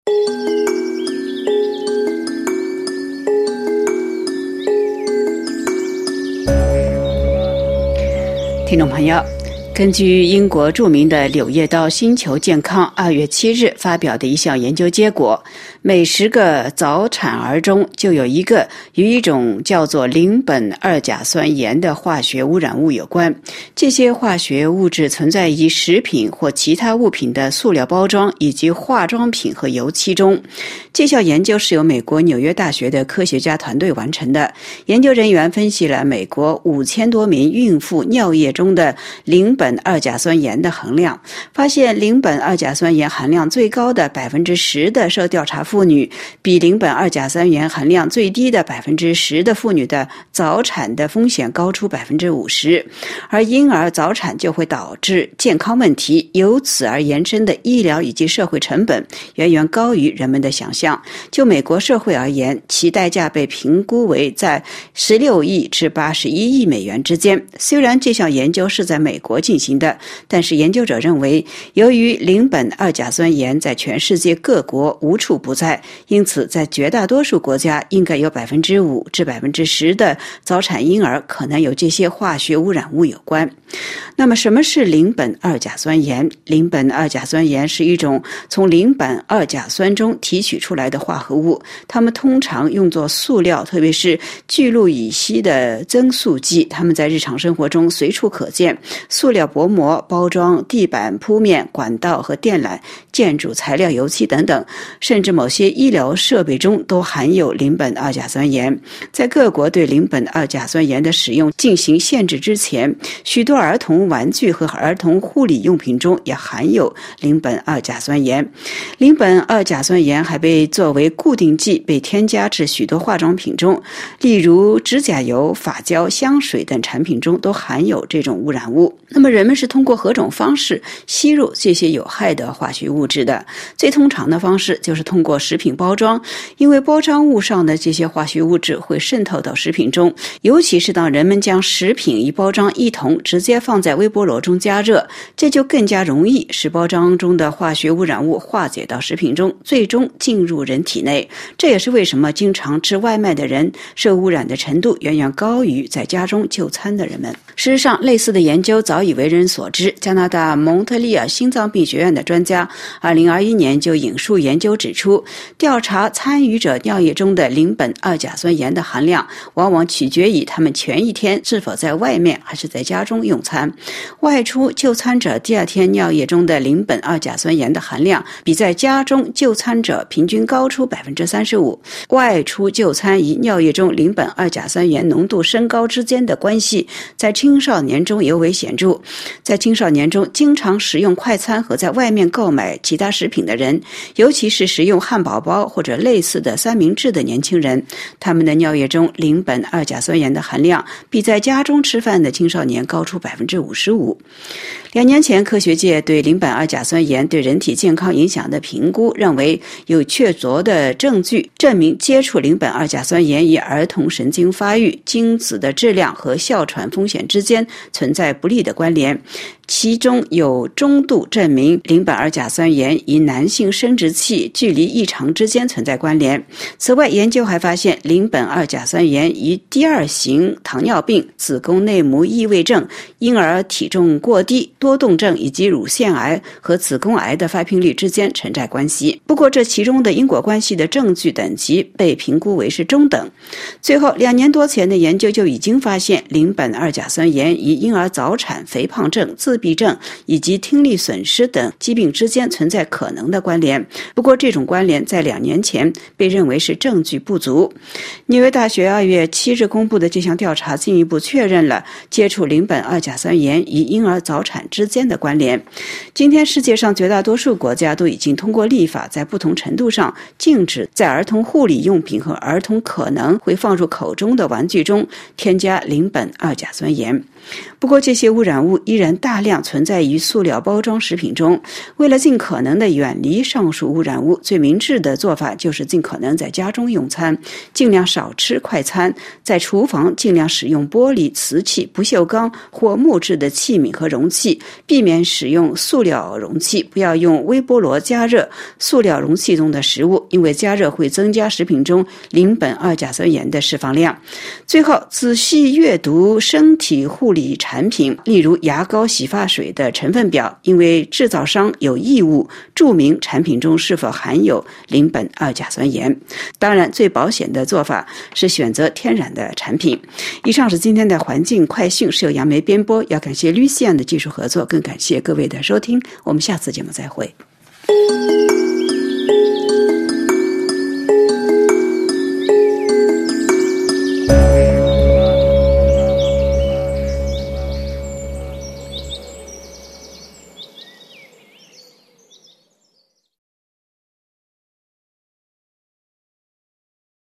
听众朋友，根据英国著名的《柳叶刀星球健康》2月7日发表的一项研究结果，每10个早产儿中就有一个与一种叫做邻苯二甲酸盐的化学污染物有关。这些化学物质存在于食品或其他物品的塑料包装以及化妆品和油漆中。这项研究是由美国纽约大学的科学家团队完成的。研究人员分析了美国5000多名孕妇尿液中的邻苯二甲酸盐的含量，发现邻苯二甲酸盐含量最高的 10% 的受调查妇女，比邻苯二甲酸盐含量最低的 10% 的妇女的早产的风险高出 50%， 而婴儿早产就会导致健康问题，由此而延伸的医疗以及社会成本远远高于人们的想象。就美国社会而言，其代价被评估为在16亿至81亿美元之间。虽然这项研究是在美国进行的，但是研究者认为，由于邻苯二甲酸盐在全世界各国无处不在，因此在绝大多数国家应该有 5% 至 10% 的早产婴儿可能有这些化学污染物有关。那么什么是邻苯二甲酸盐？邻苯二甲酸盐是一种从邻苯二甲酸中提取出来的化合物，它们通常用作塑料，特别是聚氯乙烯的增塑剂，它们在日常生活中随处可见。塑料薄膜、包装、地板铺面、管道和电缆、建筑材料、油漆等等，甚至某些医疗设备中都含有邻苯二甲酸盐。在各国对邻苯二甲酸盐的使用进行限制之前，许多儿童玩具和儿童护理用品中也含有邻苯二甲酸盐。邻苯二甲酸盐还被作为固定剂被添加至许多化妆品中，例如指甲油、发胶、香水等产品中都含有这种污染物。那么人们是通过何种方式吸入这些有害的化学物质的？最通常的方式就是通过食品包装，因为包装物上的这些化学物质会渗透到食品中，尤其是当人们将食品与包装一同直接放在微波炉中加热，这就更加容易使包装中的化学污染物化解到食品中，最终进入人体内。这也是为什么经常吃外卖的人受污染的程度远远高于在家中就餐的人们。事实上，类似的研究早已为人所知。加拿大蒙特利尔心脏病学院的专家2021年就引述研究指出，调查参与者尿液中的邻苯二甲酸盐的含量往往取决于他们前一天是否在外面还是在家中用餐。外出就餐者第二天尿液中的邻苯二甲酸盐的含量比在家中就餐者平均高出 35%。 外出就餐与尿液中邻苯二甲酸盐浓度升高之间的关系在青少年中尤为显著。在青少年中，经常食用快餐和在外面购买其他食品的人，尤其是食用汉堡包或者类似的三明治的年轻人，他们的尿液中邻苯二甲酸盐的含量比在家中吃饭的青少年高出 55%。 2年前，科学界对邻苯二甲酸盐对人体健康影响的评估认为，有确凿的证据证明接触邻苯二甲酸盐与儿童神经发育、精子的质量和哮喘风险之间存在不利的关联。其中有中度证明邻苯二甲酸盐与男性生殖器距离异常之间存在关联。此外，研究还发现邻苯二甲酸盐与第2型糖尿病、子宫内膜异位症、婴儿体重过低、多动症以及乳腺癌和子宫癌的发病率之间存在关系。不过，这其中的因果关系的证据等级被评估为是中等。最后，2年多前的研究就已经发现邻苯二甲酸盐与婴儿早产、肥胖症、自闭症以及听力损失等疾病之间存在可能的关联。不过，这种关联在2年前被认为是证据不足。纽约大学2月7日公布的这项调查进一步确认了接触邻苯二甲酸盐与婴儿早产之间的关联。今天，世界上绝大多数国家都已经通过立法，在不同程度上禁止在儿童护理用品和儿童可能会放入口中的玩具中添加邻苯二甲酸盐。 不过这些污染物依然大量存在于塑料包装食品中。为了尽可能的远离上述污染物，最明智的做法就是尽可能在家中用餐，尽量少吃快餐，在厨房尽量使用玻璃、瓷器、不锈钢或木质的器皿和容器，避免使用塑料容器，不要用微波炉加热塑料容器中的食物，因为加热会增加食品中邻苯二甲酸盐的释放量。最后，仔细阅读身体护理产品，例如牙膏、洗发水的成分表，因为制造商有义务注明产品中是否含有邻苯二甲酸盐。当然，最保险的做法是选择天然的产品。以上是今天的环境快讯，是由杨梅编播，要感谢Lucian的技术合作，更感谢各位的收听。我们下次节目再会。